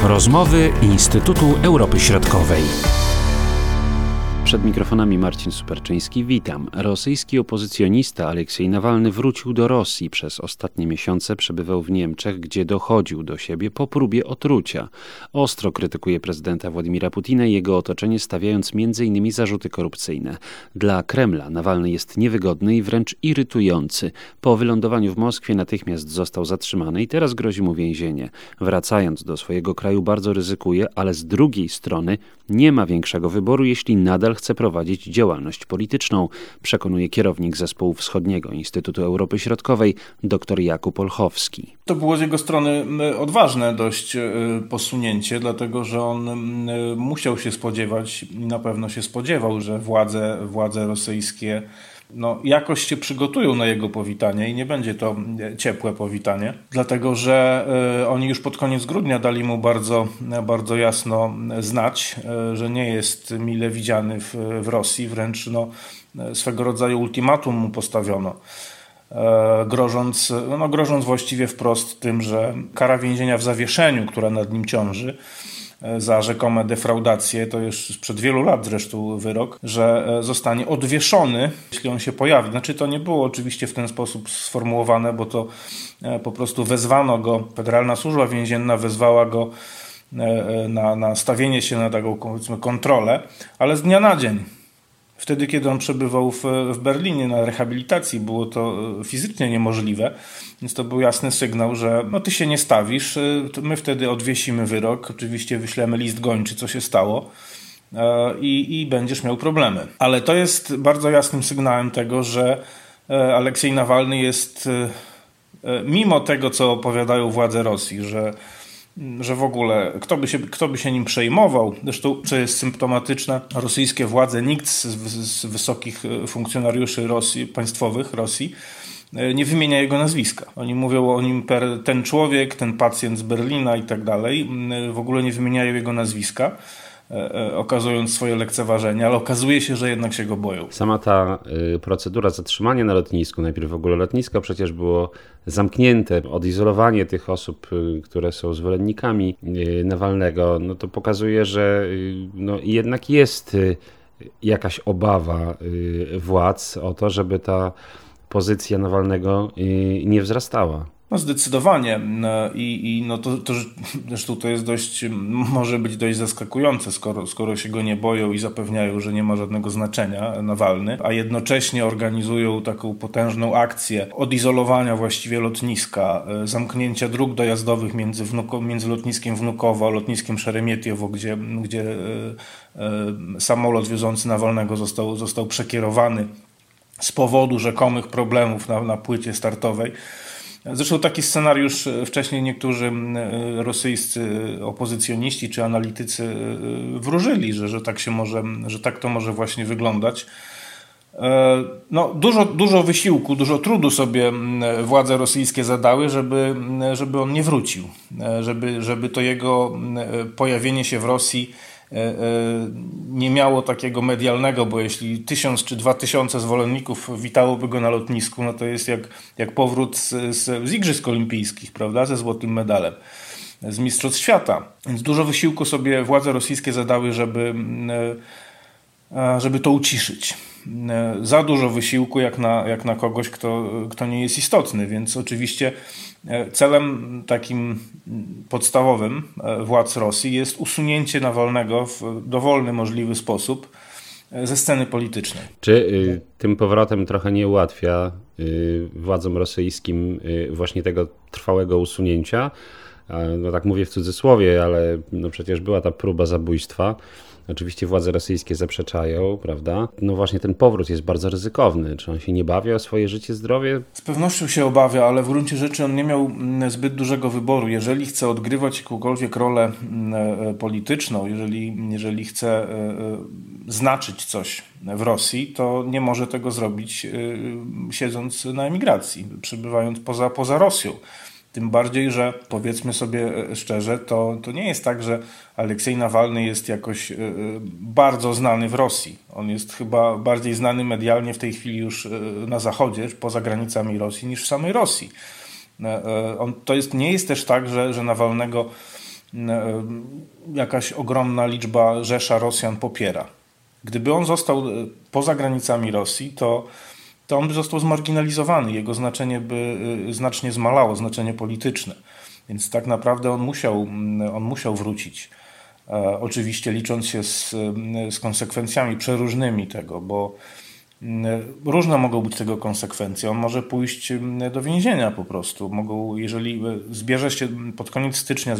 Rozmowy Instytutu Europy Środkowej. Przed mikrofonami Marcin Superczyński, witam. Rosyjski opozycjonista Aleksiej Nawalny wrócił do Rosji. Przez ostatnie miesiące przebywał w Niemczech, gdzie dochodził do siebie po próbie otrucia. Ostro krytykuje prezydenta Władimira Putina i jego otoczenie, stawiając m.in. zarzuty korupcyjne. Dla Kremla Nawalny jest niewygodny i wręcz irytujący. Po wylądowaniu w Moskwie natychmiast został zatrzymany i teraz grozi mu więzienie. Wracając do swojego kraju bardzo ryzykuje, ale z drugiej strony nie ma większego wyboru, jeśli nadal chce prowadzić działalność polityczną, przekonuje kierownik zespołu wschodniego Instytutu Europy Środkowej dr Jakub Olchowski. To było z jego strony odważne dość posunięcie, dlatego że on musiał się spodziewać i na pewno się spodziewał, że władze rosyjskie jakoś się przygotują na jego powitanie i nie będzie to ciepłe powitanie, dlatego że oni już pod koniec grudnia dali mu bardzo, bardzo jasno znać, że nie jest mile widziany w Rosji, wręcz swego rodzaju ultimatum mu postawiono, grożąc właściwie wprost tym, że kara więzienia w zawieszeniu, która nad nim ciąży, za rzekome defraudacje, to już sprzed wielu lat zresztą wyrok, że zostanie odwieszony, jeśli on się pojawi. Znaczy to nie było oczywiście w ten sposób sformułowane, bo to po prostu wezwano go, Federalna Służba Więzienna wezwała go na stawienie się na taką, powiedzmy, kontrolę, ale z dnia na dzień. Wtedy, kiedy on przebywał w Berlinie na rehabilitacji, było to fizycznie niemożliwe, więc to był jasny sygnał, że ty się nie stawisz, my wtedy odwiesimy wyrok, oczywiście wyślemy list gończy, co się stało i będziesz miał problemy. Ale to jest bardzo jasnym sygnałem tego, że Aleksiej Nawalny jest, mimo tego, co opowiadają władze Rosji, że w ogóle kto by się nim przejmował. Zresztą, co jest symptomatyczne, rosyjskie władze, nikt z wysokich funkcjonariuszy państwowych Rosji nie wymienia jego nazwiska. Oni mówią o nim ten człowiek, ten pacjent z Berlina i tak dalej. W ogóle nie wymieniają jego nazwiska, okazując swoje lekceważenie, ale okazuje się, że jednak się go boją. Sama ta procedura zatrzymania na lotnisku, najpierw w ogóle lotnisko przecież było zamknięte, odizolowanie tych osób, które są zwolennikami Nawalnego, to pokazuje, że jednak jest jakaś obawa władz o to, żeby ta pozycja Nawalnego nie wzrastała. Zdecydowanie to zresztą to jest może być dość zaskakujące, skoro się go nie boją i zapewniają, że nie ma żadnego znaczenia Nawalny, a jednocześnie organizują taką potężną akcję odizolowania właściwie lotniska, zamknięcia dróg dojazdowych między lotniskiem Wnukowo a lotniskiem Szeremietiewo, gdzie samolot wiozący Nawalnego został przekierowany z powodu rzekomych problemów na płycie startowej. Zresztą taki scenariusz wcześniej niektórzy rosyjscy opozycjoniści czy analitycy wróżyli, że tak to może właśnie wyglądać. Dużo wysiłku, dużo trudu sobie władze rosyjskie zadały, żeby on nie wrócił, żeby to jego pojawienie się w Rosji nie miało takiego medialnego, bo jeśli 1000 czy 2000 zwolenników witałoby go na lotnisku, to jest jak powrót z Igrzysk Olimpijskich, prawda, ze złotym medalem, z Mistrzostw Świata. Więc dużo wysiłku sobie władze rosyjskie zadały, żeby to uciszyć. Za dużo wysiłku jak na kogoś, kto nie jest istotny, więc oczywiście celem takim podstawowym władz Rosji jest usunięcie Nawalnego w dowolny możliwy sposób ze sceny politycznej. Czy tym powrotem trochę nie ułatwia władzom rosyjskim właśnie tego trwałego usunięcia? Tak mówię w cudzysłowie, ale przecież była ta próba zabójstwa. Oczywiście władze rosyjskie zaprzeczają, prawda? Właśnie ten powrót jest bardzo ryzykowny. Czy on się nie bawia o swoje życie, zdrowie? Z pewnością się obawia, ale w gruncie rzeczy on nie miał zbyt dużego wyboru. Jeżeli chce odgrywać jakąkolwiek rolę polityczną, jeżeli chce znaczyć coś w Rosji, to nie może tego zrobić siedząc na emigracji, przebywając poza Rosją. Tym bardziej, że powiedzmy sobie szczerze, to nie jest tak, że Aleksiej Nawalny jest jakoś bardzo znany w Rosji. On jest chyba bardziej znany medialnie w tej chwili już na Zachodzie, poza granicami Rosji, niż w samej Rosji. Nie jest też tak, że Nawalnego jakaś ogromna liczba, rzesza Rosjan popiera. Gdyby on został poza granicami Rosji, to on by został zmarginalizowany. Jego znaczenie by znacznie zmalało, znaczenie polityczne. Więc tak naprawdę on musiał wrócić. Oczywiście licząc się z konsekwencjami przeróżnymi tego, bo różne mogą być tego konsekwencje. On może pójść do więzienia po prostu. Jeżeli pod koniec stycznia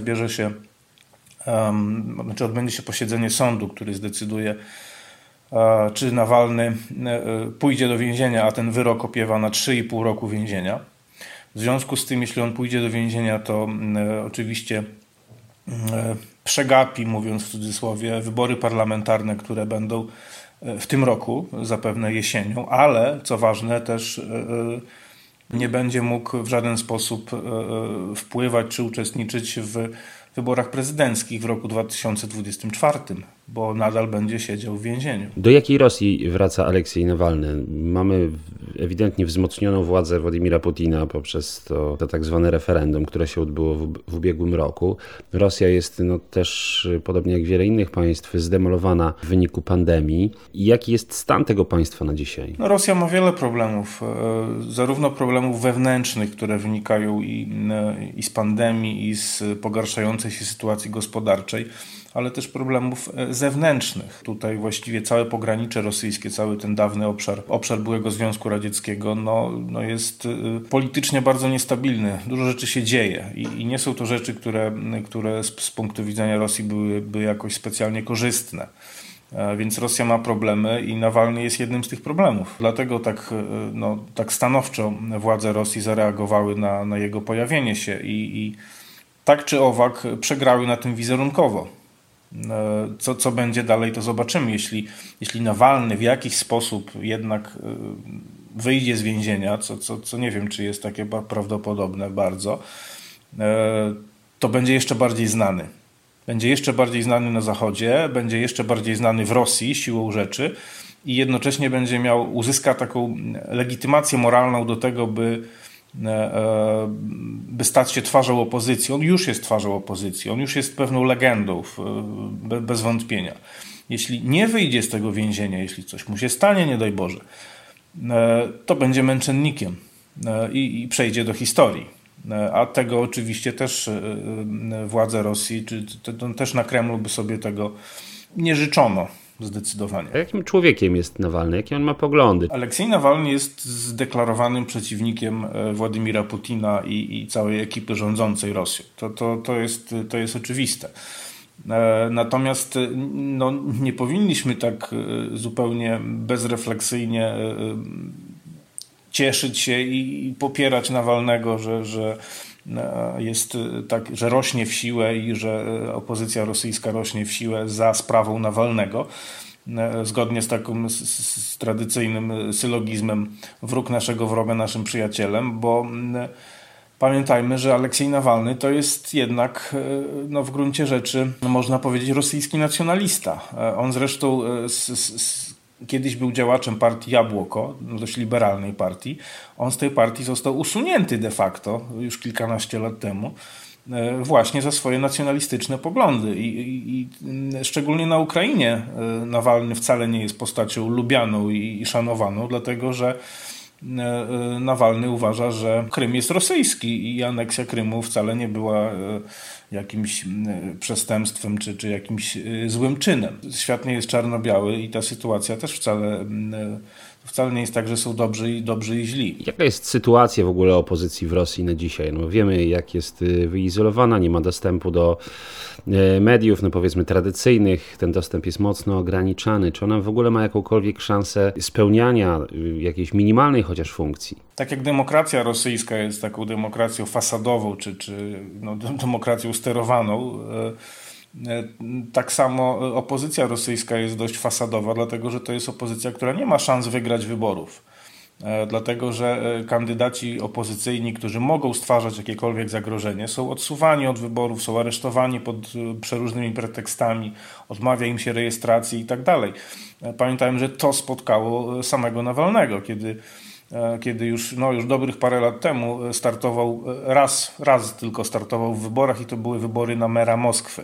odbędzie się posiedzenie sądu, który zdecyduje, czy Nawalny pójdzie do więzienia, a ten wyrok opiewa na 3,5 roku więzienia. W związku z tym, jeśli on pójdzie do więzienia, to oczywiście przegapi, mówiąc w cudzysłowie, wybory parlamentarne, które będą w tym roku, zapewne jesienią, ale co ważne też nie będzie mógł w żaden sposób wpływać czy uczestniczyć w wyborach prezydenckich w roku 2024, bo nadal będzie siedział w więzieniu. Do jakiej Rosji wraca Aleksiej Nawalny? Mamy ewidentnie wzmocnioną władzę Władimira Putina poprzez to tak zwane referendum, które się odbyło w ubiegłym roku. Rosja jest też, podobnie jak wiele innych państw, zdemolowana w wyniku pandemii. I jaki jest stan tego państwa na dzisiaj? Rosja ma wiele problemów, zarówno problemów wewnętrznych, które wynikają i z pandemii, i z pogarszającej się sytuacji gospodarczej, ale też problemów zewnętrznych. Tutaj właściwie całe pogranicze rosyjskie, cały ten dawny obszar byłego Związku Radzieckiego jest politycznie bardzo niestabilny. Dużo rzeczy się dzieje i nie są to rzeczy, które z punktu widzenia Rosji były jakoś specjalnie korzystne. Więc Rosja ma problemy i Nawalny jest jednym z tych problemów. Dlatego tak stanowczo władze Rosji zareagowały na jego pojawienie się i tak czy owak przegrały na tym wizerunkowo. Co będzie dalej, to zobaczymy. Jeśli Nawalny w jakiś sposób jednak wyjdzie z więzienia, co nie wiem, czy jest takie prawdopodobne bardzo, to będzie jeszcze bardziej znany. Będzie jeszcze bardziej znany na Zachodzie, będzie jeszcze bardziej znany w Rosji siłą rzeczy i jednocześnie uzyska taką legitymację moralną do tego, by stać się twarzą opozycji. On już jest twarzą opozycji, on już jest pewną legendą, bez wątpienia. Jeśli nie wyjdzie z tego więzienia, jeśli coś mu się stanie, nie daj Boże, to będzie męczennikiem i przejdzie do historii. A tego oczywiście też władze Rosji, czy też na Kremlu by sobie tego nie życzono. Zdecydowanie. A jakim człowiekiem jest Nawalny? Jakie on ma poglądy? Aleksiej Nawalny jest zdeklarowanym przeciwnikiem Władimira Putina i całej ekipy rządzącej Rosją. To jest oczywiste. Natomiast nie powinniśmy tak zupełnie bezrefleksyjnie cieszyć się i popierać Nawalnego, że jest tak, że rośnie w siłę i że opozycja rosyjska rośnie w siłę za sprawą Nawalnego. Zgodnie z tradycyjnym sylogizmem wróg naszego wroga naszym przyjacielem, bo pamiętajmy, że Aleksiej Nawalny to jest jednak w gruncie rzeczy, można powiedzieć, rosyjski nacjonalista. On zresztą kiedyś był działaczem partii Jabłoko, dość liberalnej partii. On z tej partii został usunięty de facto już kilkanaście lat temu właśnie za swoje nacjonalistyczne poglądy. I szczególnie na Ukrainie Nawalny wcale nie jest postacią lubianą i szanowaną, dlatego że Nawalny uważa, że Krym jest rosyjski i aneksja Krymu wcale nie była jakimś przestępstwem czy jakimś złym czynem. Świat nie jest czarno-biały i ta sytuacja też wcale nie jest tak, że są dobrzy i źli. Jaka jest sytuacja w ogóle opozycji w Rosji na dzisiaj? Wiemy, jak jest wyizolowana, nie ma dostępu do mediów, powiedzmy tradycyjnych. Ten dostęp jest mocno ograniczany. Czy ona w ogóle ma jakąkolwiek szansę spełniania jakiejś minimalnej chociaż funkcji? Tak jak demokracja rosyjska jest taką demokracją fasadową, czy demokracją sterowaną, tak samo opozycja rosyjska jest dość fasadowa, dlatego że to jest opozycja, która nie ma szans wygrać wyborów. Dlatego że kandydaci opozycyjni, którzy mogą stwarzać jakiekolwiek zagrożenie, są odsuwani od wyborów, są aresztowani pod przeróżnymi pretekstami, odmawia im się rejestracji i tak dalej. Pamiętajmy, że to spotkało samego Nawalnego, kiedy kiedy już dobrych parę lat temu startował, raz tylko startował w wyborach i to były wybory na mera Moskwy.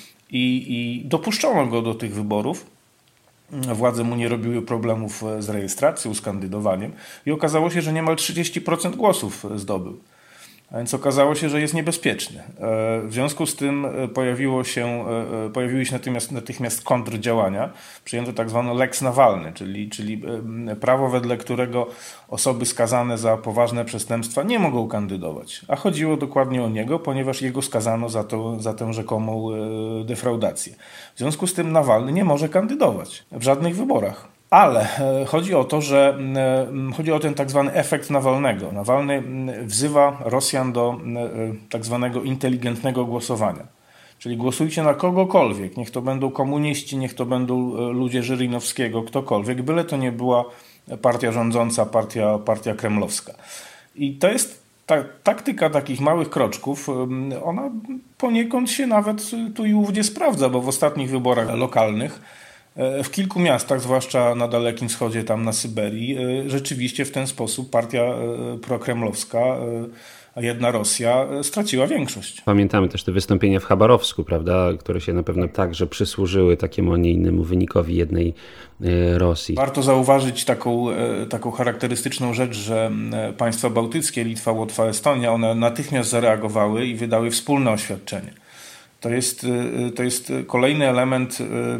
I dopuszczono go do tych wyborów. Władze mu nie robiły problemów z rejestracją, z kandydowaniem i okazało się, że niemal 30% głosów zdobył. A więc okazało się, że jest niebezpieczny. W związku z tym pojawiły się natychmiast kontrdziałania. Przyjęto tak zwany Lex Nawalny, czyli prawo, wedle którego osoby skazane za poważne przestępstwa nie mogą kandydować. A chodziło dokładnie o niego, ponieważ jego skazano za tę rzekomą defraudację. W związku z tym Nawalny nie może kandydować w żadnych wyborach. Ale chodzi o to, że chodzi o ten tak zwany efekt Nawalnego. Nawalny wzywa Rosjan do tak zwanego inteligentnego głosowania. Czyli głosujcie na kogokolwiek, niech to będą komuniści, niech to będą ludzie Żyrynowskiego, ktokolwiek, byle to nie była partia rządząca, partia kremlowska. I to jest taktyka takich małych kroczków, ona poniekąd się nawet tu i ówdzie sprawdza, bo w ostatnich wyborach lokalnych w kilku miastach, zwłaszcza na Dalekim Wschodzie, tam na Syberii, rzeczywiście w ten sposób partia prokremlowska, jedna Rosja, straciła większość. Pamiętamy też te wystąpienia w Chabarowsku, prawda, które się na pewno także przysłużyły takiemu, a nie innemu wynikowi jednej Rosji. Warto zauważyć taką charakterystyczną rzecz, że państwa bałtyckie, Litwa, Łotwa, Estonia, one natychmiast zareagowały i wydały wspólne oświadczenie. To jest kolejny element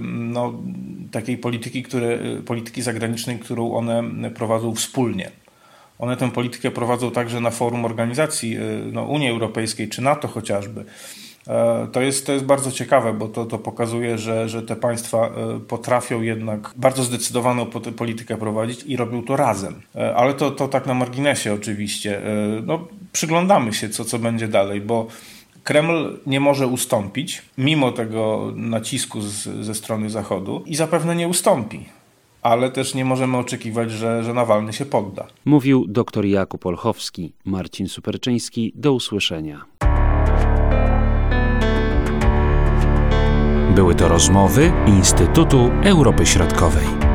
takiej polityki zagranicznej, którą one prowadzą wspólnie. One tę politykę prowadzą także na forum organizacji Unii Europejskiej czy NATO chociażby. To jest bardzo ciekawe, bo to pokazuje, że te państwa potrafią jednak bardzo zdecydowaną politykę prowadzić i robią to razem. Ale to tak na marginesie oczywiście. Przyglądamy się, co będzie dalej, bo Kreml nie może ustąpić, mimo tego nacisku ze strony Zachodu i zapewne nie ustąpi. Ale też nie możemy oczekiwać, że Nawalny się podda. Mówił dr Jakub Olchowski. Marcin Superczyński. Do usłyszenia. Były to rozmowy Instytutu Europy Środkowej.